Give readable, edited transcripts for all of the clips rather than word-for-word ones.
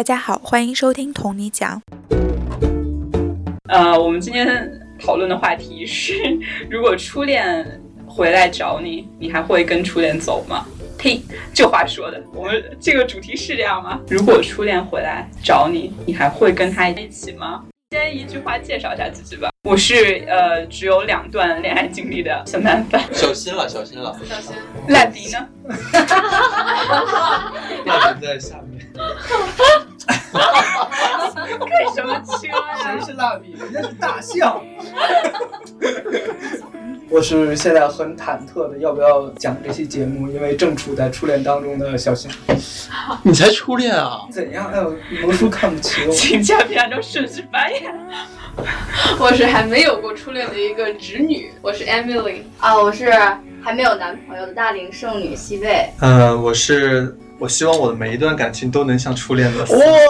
大家好，欢迎收听同你讲。 我们今天讨论的话题是，如果初恋回来找你，你还会跟初恋走吗？呸，这话说的，我们这个主题是这样吗？如果初恋回来找你，你还会跟他一起吗？先一句话介绍一下自己吧。我是只有2段恋爱经历的小男伴。 小心了。 烂迪呢？ 烂迪在下面。 干什么车呀？ 谁是蜡笔？人家是大象。我是现在很忐忑的，要不要讲这期节目？因为正处在初恋当中的小新。 你才初恋啊？ 怎样？哎呦，魔叔看不起我。 请嘉宾按照顺序发言。 我是还没有过初恋的一个直女，我是 Emily 啊，我是还没有男朋友的大龄剩女西贝。 我希望我的每一段感情都能像初恋的。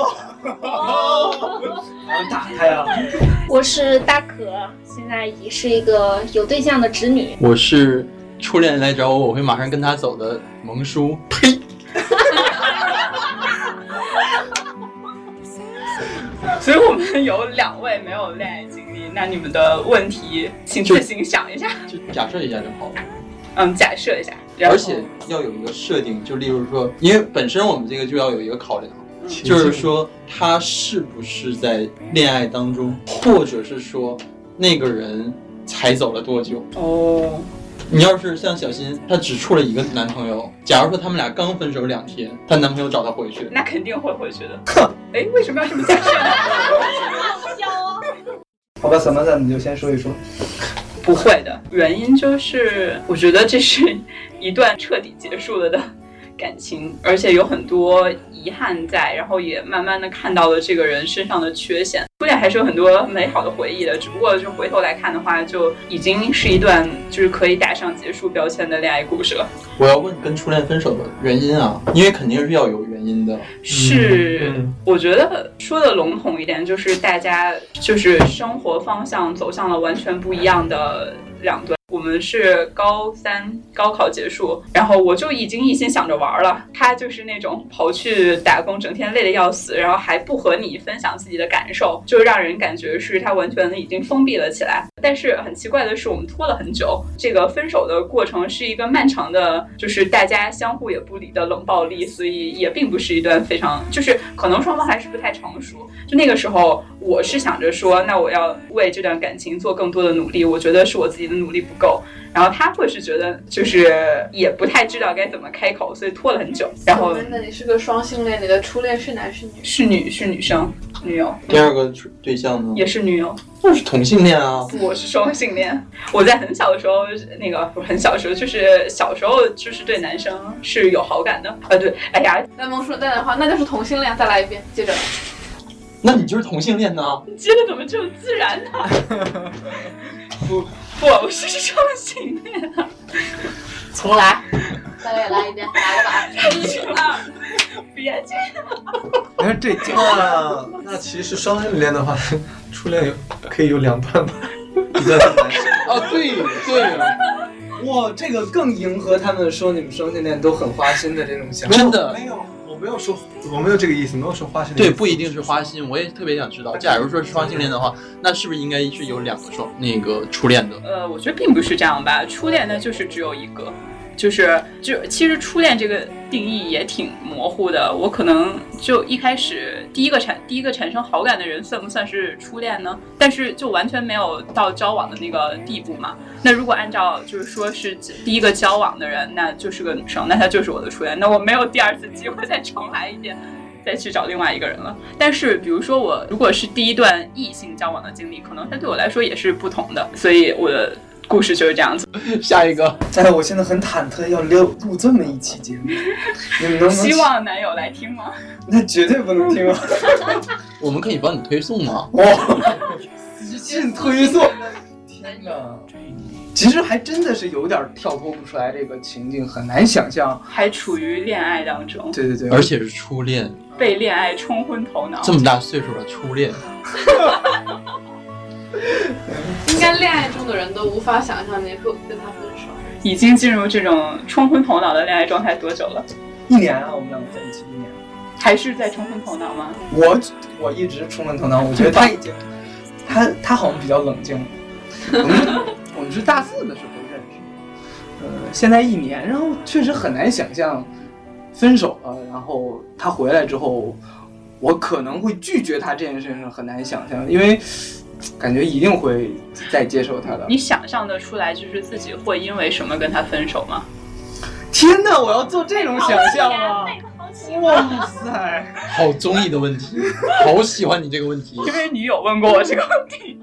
打开啊！ 我是大可，现在已是一个有对象的直女。 我是初恋来找我，我会马上跟他走的萌叔。呸！ 所以我们有2位没有恋爱经历，那你们的问题请自行想一下。 就假设一下就好了。 假设一下， 而且要有一个设定，就例如说，因为本身我们这个就要有一个考量，就是说他是不是在恋爱当中，或者是说那个人才走了多久。你要是像小新，她只处了一个男朋友，假如说他们俩刚分手2天，她男朋友找她回去， 那肯定会回去的。为什么要这么假设呢？ 好吧，小曼萨，你就先说一说。 不会的，原因就是我觉得这是一段彻底结束了的感情，而且有很多遗憾在，然后也慢慢的看到了这个人身上的缺陷。初恋还是有很多美好的回忆的，只不过就回头来看的话，就已经是一段就是可以打上结束标签的恋爱故事了。 我要问跟初恋分手的原因啊，因为肯定是要有原因的。 我觉得说的笼统一点，就是大家就是生活方向走向了完全不一样的2端。我们是高3高考结束，然后我就已经一心想着玩了，他就是那种跑去打工，整天累得要死，然后还不和你分享自己的感受，就让人感觉是他完全的已经封闭了起来。但是很奇怪的是，我们拖了很久，这个分手的过程是一个漫长的，就是大家相互也不理的冷暴力，所以也并不是一段非常，就是可能双方还是不太成熟。就那个时候我是想着说，那我要为这段感情做更多的努力，我觉得是我自己的努力不够，然后他会是觉得就是也不太知道该怎么开口，所以拖了很久。然后那你是个双性恋，你的初恋是男是女？ 是女生，女友。 第2个对象呢？ 也是女友。 那是同性恋啊。 我是双性恋。我在很小的时候，不是很小的时候，就是小时候就是对男生是有好感的。对，哎呀， 那萌叔的话，那就是同性恋。再来一遍，接着来。 那你就是同性恋呢？ 你接的怎么这么自然呢？不，我是双性恋啊！ 重来，再来一遍，来个吧。 别这样。 你看这那其实双性恋的话，初恋可以有2段吧？一段是男生。 对。 哇，这个更迎合他们说你们双性恋都很花心的这种想法。 真的没有。我没有这个意思，没有说花心。 对，不一定是花心，我也特别想知道，假如说是双性恋的话，那是不是应该是有2个初恋的？ 我觉得并不是这样吧，初恋呢就是只有一个。就其实初恋这个定义也挺模糊的，我可能就一开始第一个产生好感的人算不算是初恋呢？但是就完全没有到交往的那个地步嘛。那如果按照就是说是第一个交往的人，那就是个女生，那她就是我的初恋，那我没有第2次机会再重来一遍，再去找另外一个人了。但是比如说我如果是第1段异性交往的经历，可能它对我来说也是不同的，所以我的故事就是这样子。 下一个， 我现在很忐忑，要录这么一期节目，你们能希望男友来听吗？ 那绝对不能听啊！ 我们可以帮你推送吗？ 私信推送。天哪！其实还真的是有点跳脱不出来这个情境，很难想象， 还处于恋爱当中。 对， 而且是初恋， 被恋爱冲昏头脑。 这么大岁数的初恋。 应该恋爱中的人都无法想象你会跟他分手。 已经进入这种冲昏头脑的恋爱状态多久了？ 1年啊，我们2个在一起1年。 还是在冲昏头脑吗？ 我一直冲昏头脑，我觉得他已经他好像比较冷静了。我们是大4的时候认识，现在1年，然后确实很难想象分手了，然后他回来之后，我可能会拒绝他这件事情很难想象，因为感觉一定会再接受他的。 你想象得出来，就是自己会因为什么跟他分手吗？ 天哪，我要做这种想象吗？哇塞， 好综艺的问题，好喜欢你这个问题。 因为你有问过我这个问题。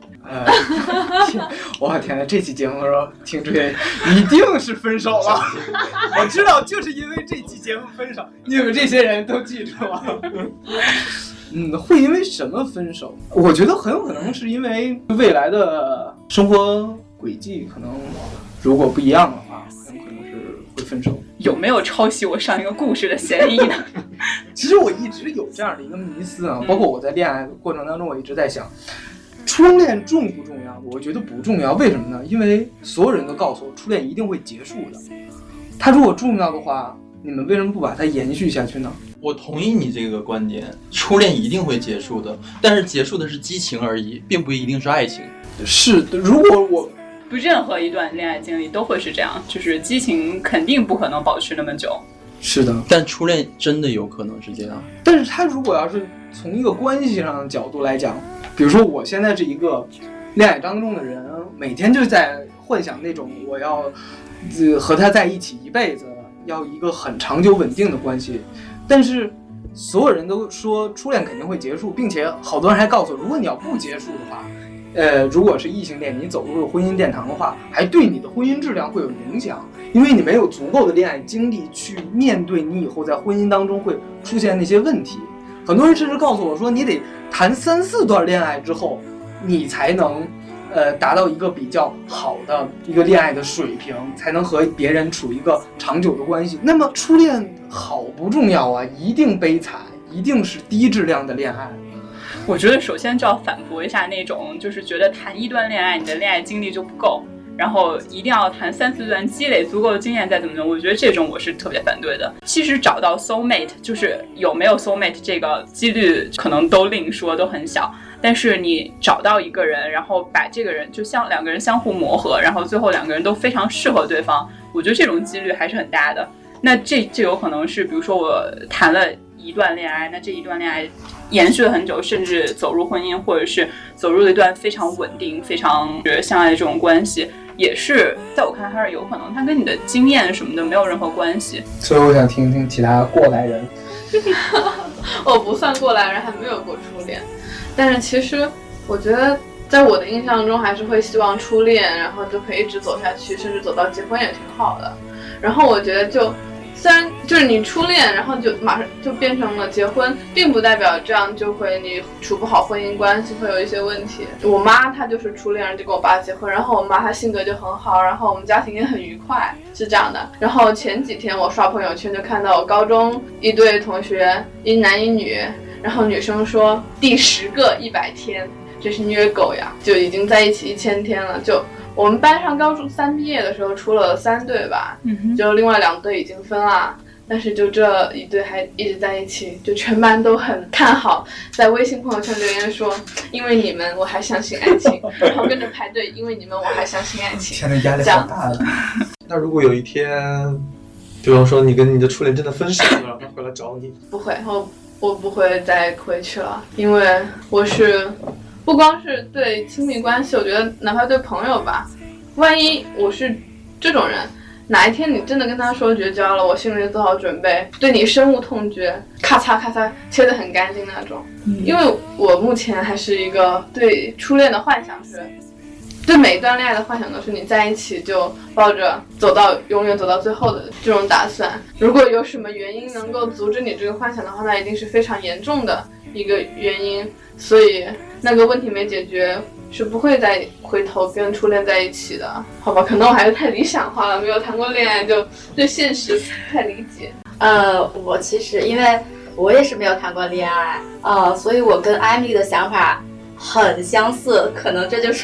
我天哪！这期节目的时候听出来一定是分手了。我知道，就是因为这期节目分手，你们这些人都记住了。会因为什么分手？我觉得很有可能是因为未来的生活轨迹可能如果不一样的话，很有可能是会分手。 有没有抄袭我上一个故事的嫌疑呢？ 其实我一直有这样的一个迷思啊，包括我在恋爱过程当中，我一直在想。初恋重不重要？我觉得不重要。为什么呢？因为所有人都告诉我，初恋一定会结束的。它如果重要的话，你们为什么不把它延续下去呢？ 我同意你这个观点，初恋一定会结束的，但是结束的是激情而已，并不一定是爱情。 是的，如果我不，任何一段恋爱经历都会是这样，就是激情肯定不可能保持那么久。 是的， 但初恋真的有可能是这样。 但是他如果要是从一个关系上的角度来讲，比如说我现在是一个恋爱当中的人，每天就在幻想那种我要和他在一起一辈子，要一个很长久稳定的关系。但是所有人都说初恋肯定会结束，并且好多人还告诉我，如果你要不结束的话，如果是异性恋，你走入婚姻殿堂的话，还对你的婚姻质量会有影响，因为你没有足够的恋爱经历去面对你以后在婚姻当中会出现那些问题。很多人甚至告诉我说，你得谈3、4段恋爱之后，你才能达到一个比较好的一个恋爱的水平，才能和别人处一个长久的关系。那么初恋好不重要啊，一定悲惨，一定是低质量的恋爱。 我觉得首先就要反驳一下那种就是觉得谈1段恋爱你的恋爱经历就不够，然后一定要谈3、4段积累足够的经验再怎么着，我觉得这种我是特别反对的。其实找到 soul mate 就是有没有 soul mate 这个几率可能都另说，都很小，但是你找到一个人，然后把这个人就像2个人相互磨合，然后最后2个人都非常适合对方，我觉得这种几率还是很大的。那这有可能是比如说我谈了1段恋爱，那这1段恋爱延续了很久，甚至走入婚姻，或者是走入了一段非常稳定非常相爱的这种关系，也是在我看来还是有可能，它跟你的经验什么的没有任何关系。 所以我想听听其他过来人。 我不算过来人，还没有过初恋，但是其实我觉得在我的印象中还是会希望初恋然后就可以一直走下去，甚至走到结婚也挺好的。然后我觉得就虽然就是你初恋然后就马上就变成了结婚，并不代表这样就会你处不好婚姻关系，会有一些问题。我妈她就是初恋就跟我爸结婚，然后我妈她性格就很好，然后我们家庭也很愉快，是这样的。然后前几天我刷朋友圈就看到我高中一对同学，一男一女，然后女生说第10个100天，这是虐狗呀，就已经在一起1000天了。就我们班上高中3毕业的时候出了3对吧，就另外2对已经分了，但是就这一对还一直在一起，就全班都很看好，在微信朋友圈留言说因为你们我还相信爱情，然后跟着排队因为你们我还相信爱情。 天哪，压力好大的。 那如果有一天，比方说你跟你的初恋真的分手了，他回来找你， 不会，我不会再回去了，因为我是不光是对亲密关系，我觉得哪怕对朋友吧，万一我是这种人，哪一天你真的跟他说绝交了，我心里做好准备，对你深恶痛绝，咔嚓咔嚓切得很干净那种。因为我目前还是一个对初恋的幻想是，对每一段恋爱的幻想都是你在一起就抱着永远走到最后的这种打算。如果有什么原因能够阻止你这个幻想的话，那一定是非常严重的一个原因，所以那个问题没解决是不会再回头跟初恋在一起的。好吧，可能我还是太理想化了，没有谈过恋爱就对现实不太理解。 我其实因为我也是没有谈过恋爱所以我跟艾米的想法很相似，可能这就是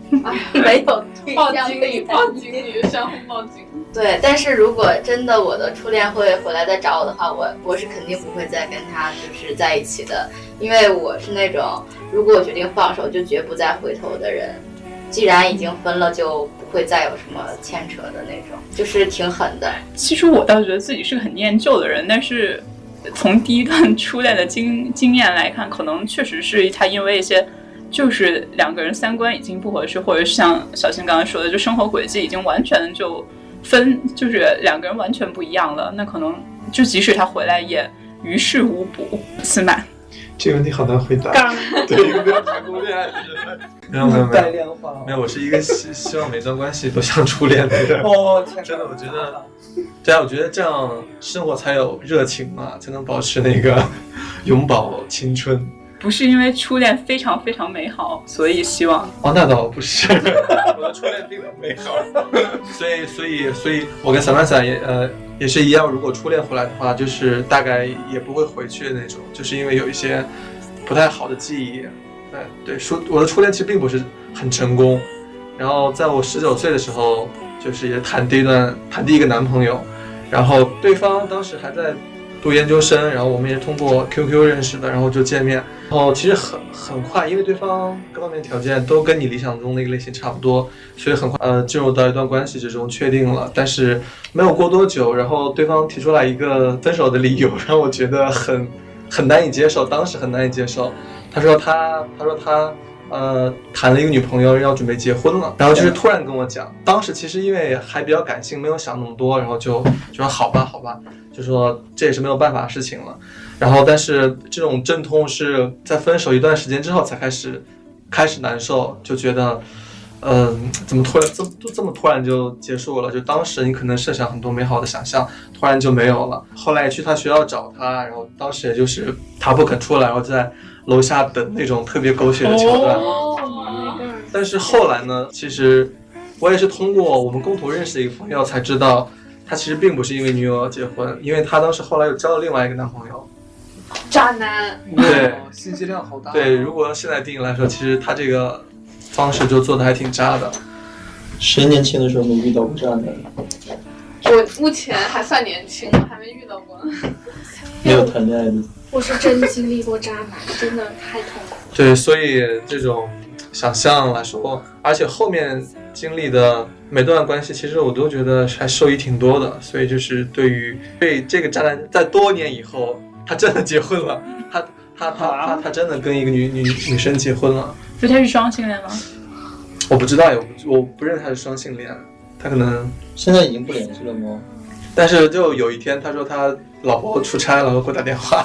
没有对报象经理，报经理，相互报经理。 对，但是如果真的我的初恋会回来再找我的话，我是肯定不会再跟他就是在一起的，因为我是那种如果我决定放手就绝不再回头的人。既然已经分了，就不会再有什么牵扯的那种，就是挺狠的。 其实我倒觉得自己是个很念旧的人，但是从第一段初恋的经验来看，可能确实是他因为一些就是两个人三观已经不合适，或者是像小新刚才说的，就生活轨迹已经完全就就是两个人完全不一样了，那可能就即使他回来也于事无补。司马， 这个问题好难回答。对一个没有谈过恋爱的人，没有带恋话， 没有，我是一个希望每段关系都像初恋的人。 哦， 真的，我觉得，对啊，我觉得这样生活才有热情嘛，才能保持那个永葆青春。 不是因为初恋非常非常美好，所以希望。 哦，那倒不是，我的初恋并不美好。所以，我跟Samantha也是一样，如果初恋回来的话，就是大概也不会回去的那种，就是因为有一些不太好的记忆。对，我的初恋其实并不是很成功。然后在我19岁的时候，就是也谈第一个男朋友，然后对方当时还在读研究生，然后我们也通过 QQ 认识的，然后就见面，然后其实很快，因为对方各方面条件都跟你理想中那个类型差不多，所以很快进入到一段关系之中，确定了。但是没有过多久，然后对方提出来一个分手的理由，让我觉得很难以接受，当时很难以接受。他说他谈了一个女朋友，要准备结婚了，然后就是突然跟我讲，当时其实因为还比较感性，没有想那么多，然后就说好吧，就说这也是没有办法的事情了。然后但是这种阵痛是在分手一段时间之后才开始难受，就觉得怎么这么突然就结束了？就当时你可能设想很多美好的想象，突然就没有了。后来去他学校找他，然后当时也就是他不肯出来，然后在楼下等那种特别狗血的桥段。但是后来呢，其实我也是通过我们共同认识的一个朋友才知道，他其实并不是因为女友要结婚，因为他当时后来又交了另外一个男朋友。 渣男。 对， 信息量好大。 对，如果现在定义来说，其实他这个方式就做的还挺渣的。 谁年轻的时候没遇到过渣男？ 我目前还算年轻，我还没遇到过。 没有谈恋爱的。 我是真经历过渣男，真的太痛苦了。 对，所以这种想象来说，而且后面经历的每段关系，其实我都觉得还受益挺多的。所以就是对这个渣男，在多年以后，他真的结婚了，他真的跟一个女生结婚了。 所以他是双性恋吗？ 我不知道，我不认为他是双性恋，他可能现在已经不联系了吗？ 但是就有一天，他说他老婆出差了，给我打电话。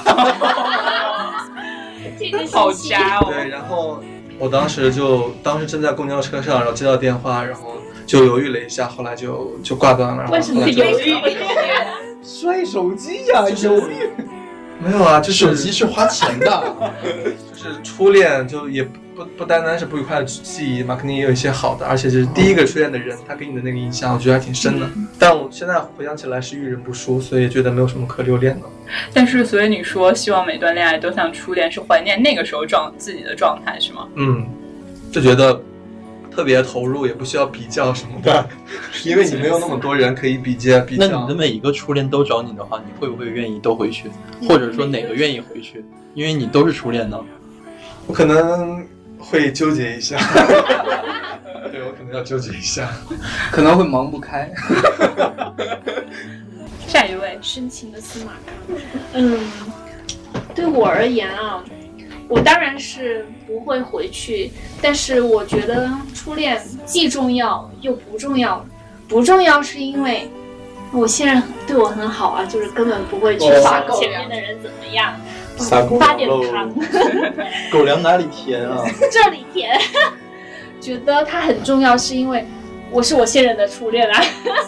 好渣哦！ 对，然后我当时正在公交车上，然后接到电话，然后就犹豫了一下，后来就挂断了。 为什么犹豫？ 摔手机呀，犹豫。 没有啊，就是手机是花钱的。 就是初恋就也不单单是不愉快的记忆嘛，肯定也有一些好的，而且就是第一个初恋的人，他给你的那个印象，我觉得还挺深的。但我现在回想起来是遇人不淑，所以觉得没有什么可留恋的。 但是，所以你说希望每段恋爱都像初恋，是怀念那个时候自己的状态，是吗？ 就觉得特别投入，也不需要比较什么的，因为你没有那么多人可以比较。 那你的每一个初恋都找你的话，你会不会愿意都回去？或者说哪个愿意回去？因为你都是初恋呢。 我可能会纠结一下。对，我可能要纠结一下， 可能会忙不开。 下一位， 深情的司马刚。对我而言啊，我当然是不会回去，但是我觉得初恋既重要又不重要。不重要是因为我现在对我很好啊，就是根本不会去想前面的人怎么样。发点糖。 狗粮哪里甜啊？ 这里甜。觉得它很重要，是因为我是我现任的初恋啊。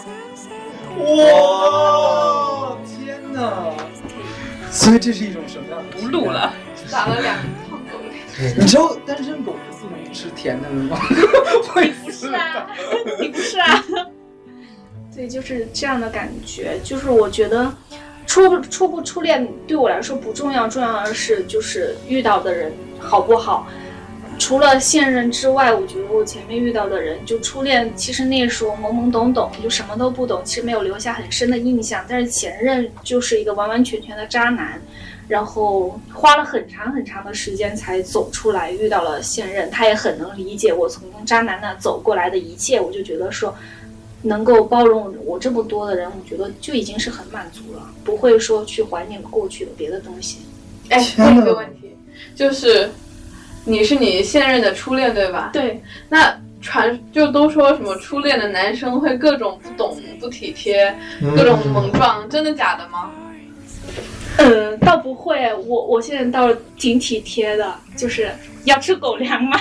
哇！天哪！所以这是一种什么样的？ 不录了， 打了2套狗粮。 你知道单身狗是不能吃甜的吗？ 你不是啊，你不是啊。对，就是这样的感觉。就是我觉得初恋对我来说不重要，重要的是就是遇到的人好不好。 除了现任之外，我觉得我前面遇到的人，就初恋，其实那时候懵懵懂懂，就什么都不懂，其实没有留下很深的印象。但是前任就是一个完完全全的渣男，然后花了很长很长的时间才走出来，遇到了现任，他也很能理解我从渣男那走过来的一切，我就觉得说，能够包容我这么多的人，我觉得就已经是很满足了，不会说去怀念过去的别的东西。 哎，问一个问题，就是你是你现任的初恋对吧？ 对。 那就都说什么初恋的男生会各种不懂不体贴，各种猛撞，真的假的吗？ 倒不会，我现在倒挺体贴的，就是要吃狗粮吗？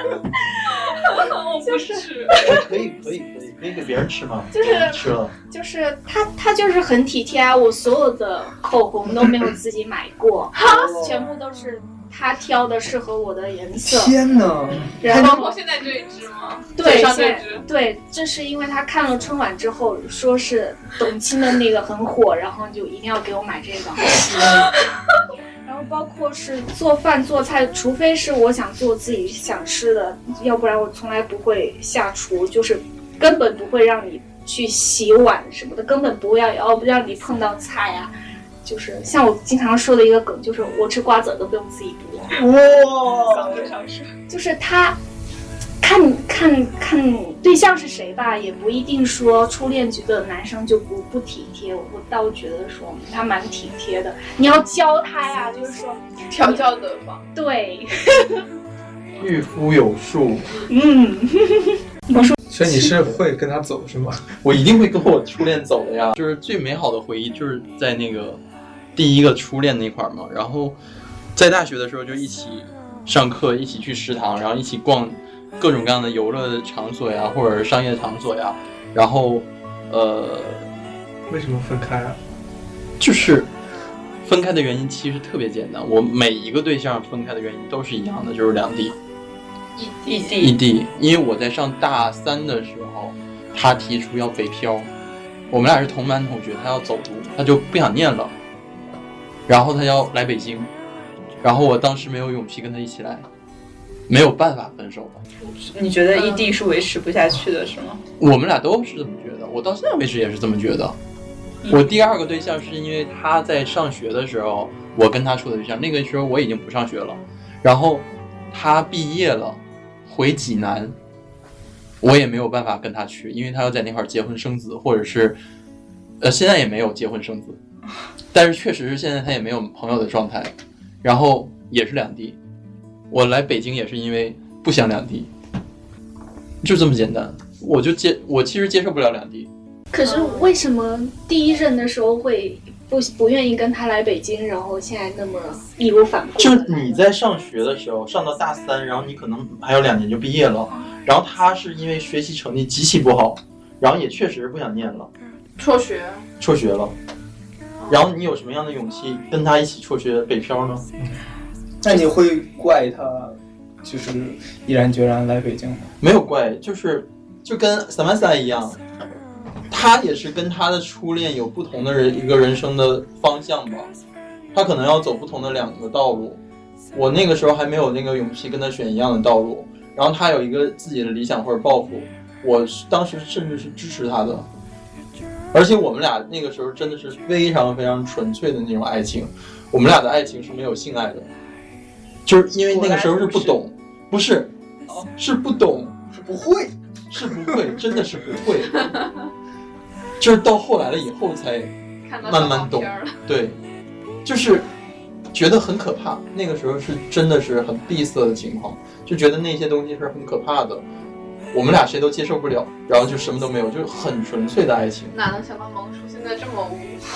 我不是， 可以给别人吃吗？ 就是吃了， 就是他就是很体贴啊，我所有的口红都没有自己买过，全部都是他挑的适合我的颜色。 天哪！ 然后包括现在这一支吗？ 对， 上这支。对， 这是因为他看了春晚之后，说是董卿的那个很火，然后就一定要给我买这个。然后包括是做饭做菜，除非是我想做自己想吃的，要不然我从来不会下厨，就是根本不会让你去洗碗什么的，根本不会要让你碰到菜啊。就是像我经常说的一个梗，就是我吃瓜子都不用自己剥。 哇， 就是他看对象是谁吧，也不一定说初恋觉得男生就不体贴，我倒觉得说他蛮体贴的。你要教他呀，就是说调教得当。 对， 御夫有术。 所以你是会跟他走是吗？ 我一定会跟我初恋走的呀，就是最美好的回忆就是在那个第一个初恋那块嘛。然后在大学的时候就一起上课，一起去食堂，然后一起逛各种各样的游乐场所呀，或者是商业场所呀。然后为什么分开啊？ 就是分开的原因其实特别简单，我每一个对象分开的原因都是一样的，就是两地。异地，因为我在上大三的时候，他提出要北漂，我们俩是同班同学，他要走读，他就不想念了，然后他要来北京，然后我当时没有勇气跟他一起来，没有办法分手。 你觉得异地是维持不下去的是吗？ 我们俩都是这么觉得，我到现在为止也是这么觉得。我第二个对象是因为他在上学的时候，我跟他处的对象，那个时候我已经不上学了，然后他毕业了。回济南，我也没有办法跟他去，因为他要在那块结婚生子，或者是，现在也没有结婚生子，但是确实是现在他也没有朋友的状态，然后也是两地，我来北京也是因为不想两地，就这么简单，我其实接受不了两地。 可是为什么第一任的时候会不愿意跟他来北京，然后现在那么义无反顾？ 就是你在上学的时候，上到大三，然后你可能还有2年就毕业了，然后他是因为学习成绩极其不好，然后也确实不想念了，辍学了，然后你有什么样的勇气跟他一起辍学北漂呢？ 那你会怪他就是毅然决然来北京吗？ 没有怪，就跟 Samantha 一样，他也是跟他的初恋有不同的一个人生的方向吧，他可能要走不同的2个道路。我那个时候还没有那个勇气跟他选一样的道路，然后他有一个自己的理想或者抱负，我当时甚至是支持他的。而且我们俩那个时候真的是非常非常纯粹的那种爱情，我们俩的爱情是没有性爱的，就是因为那个时候是不懂，不是，是不懂，是不会，真的是不会，就是到后来了以后才慢慢懂，对，就是觉得很可怕。那个时候是真的是很闭塞的情况，就觉得那些东西是很可怕的，我们俩谁都接受不了，然后就什么都没有，就是很纯粹的爱情。 哪能想到萌叔现在这么污？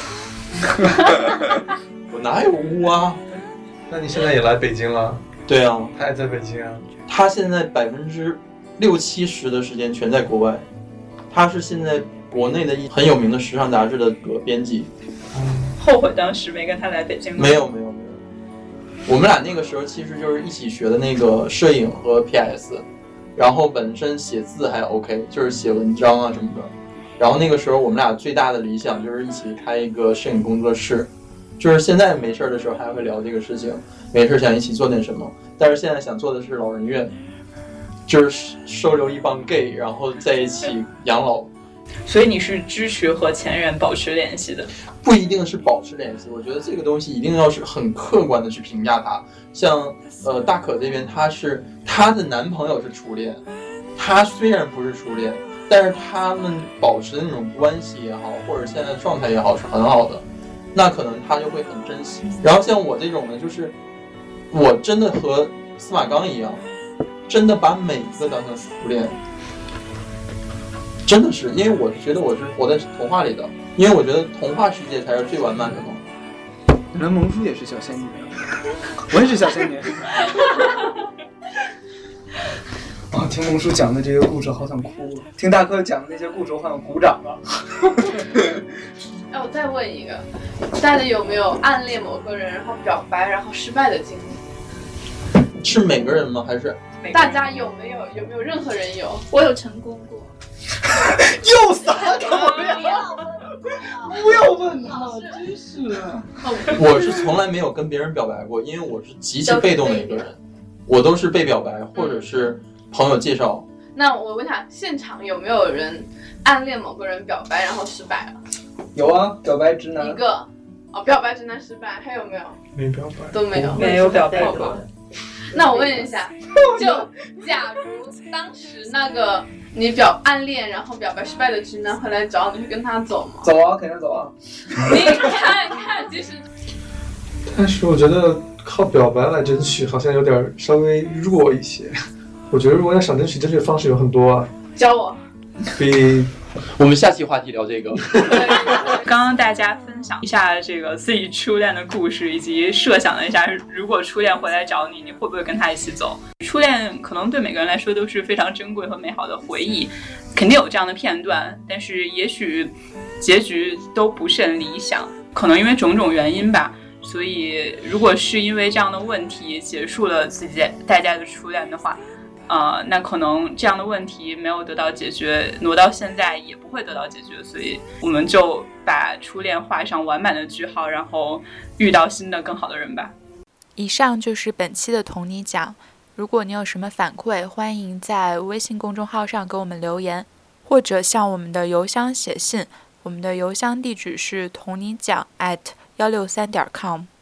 我哪有污啊？ 那你现在也来北京了？ 对啊， 他也在北京啊。 他现在60-70%的时间全在国外，他是现在国内的很有名的时尚杂志的编辑。 后悔当时没跟他来北京吗？ 没有，我们俩那个时候其实就是一起学的那个摄影和 PS， 然后本身写字还 OK， 就是写文章啊什么的。然后那个时候我们俩最大的理想就是一起开一个摄影工作室，就是现在没事的时候还会聊这个事情，没事想一起做点什么。 但是现在想做的是老人院，就是收留一帮 gay， 然后在一起养老。 所以你是支持和前任保持联系的？ 不一定是保持联系，我觉得这个东西一定要是很客观的去评价它。像大可这边，她的男朋友是初恋，她虽然不是初恋，但是他们保持的那种关系也好，或者现在的状态也好是很好的，那可能她就会很珍惜。然后像我这种呢，就是我真的和司马刚一样，真的把每一个当成初恋。真的是，因为我觉得我是活在童话里的，因为我觉得童话世界才是最完满的嘛。 原来萌叔也是小仙女，我也是小仙女。啊，听萌叔讲的这些故事好想哭，听大哥讲的那些故事我好想鼓掌啊。 哎，我再问一个，大家有没有暗恋某个人然后表白然后失败的经历？ 是每个人吗？还是大家有没有任何人有？ 我有成功过。 又撒狗呀！不要问他，真是。 我是从来没有跟别人表白过，因为我是极其被动的一个人，我都是被表白或者是朋友介绍。 那我问他，现场有没有人暗恋某个人表白然后失败了？ 有啊，表白直男一个。哦，表白直男失败，还有没有？ 没表白， 都没有， 没有表白过。 那我问一下，就假如当时那个你暗恋然后表白失败的直男回来找你，会跟他走吗？ 走啊，肯定走啊。 你看看，其实。 但是我觉得靠表白来争取好像有点稍微弱一些。我觉得如果要想争取的方式有很多啊。 教我。 比我们下期话题聊这个。 刚刚大家分享一下这个自己初恋的故事，以及设想了一下，如果初恋回来找你，你会不会跟他一起走？初恋可能对每个人来说都是非常珍贵和美好的回忆，肯定有这样的片段，但是也许结局都不是很理想，可能因为种种原因吧。所以如果是因为这样的问题结束了大家的初恋的话，那可能这样的问题没有得到解决，挪到现在也不会得到解决，所以我们就把初恋画上完满的句号，然后遇到新的更好的人吧。 以上就是本期的同你讲，如果你有什么反馈，欢迎在微信公众号上给我们留言，或者向我们的邮箱写信，我们的邮箱地址是同你讲@163.com。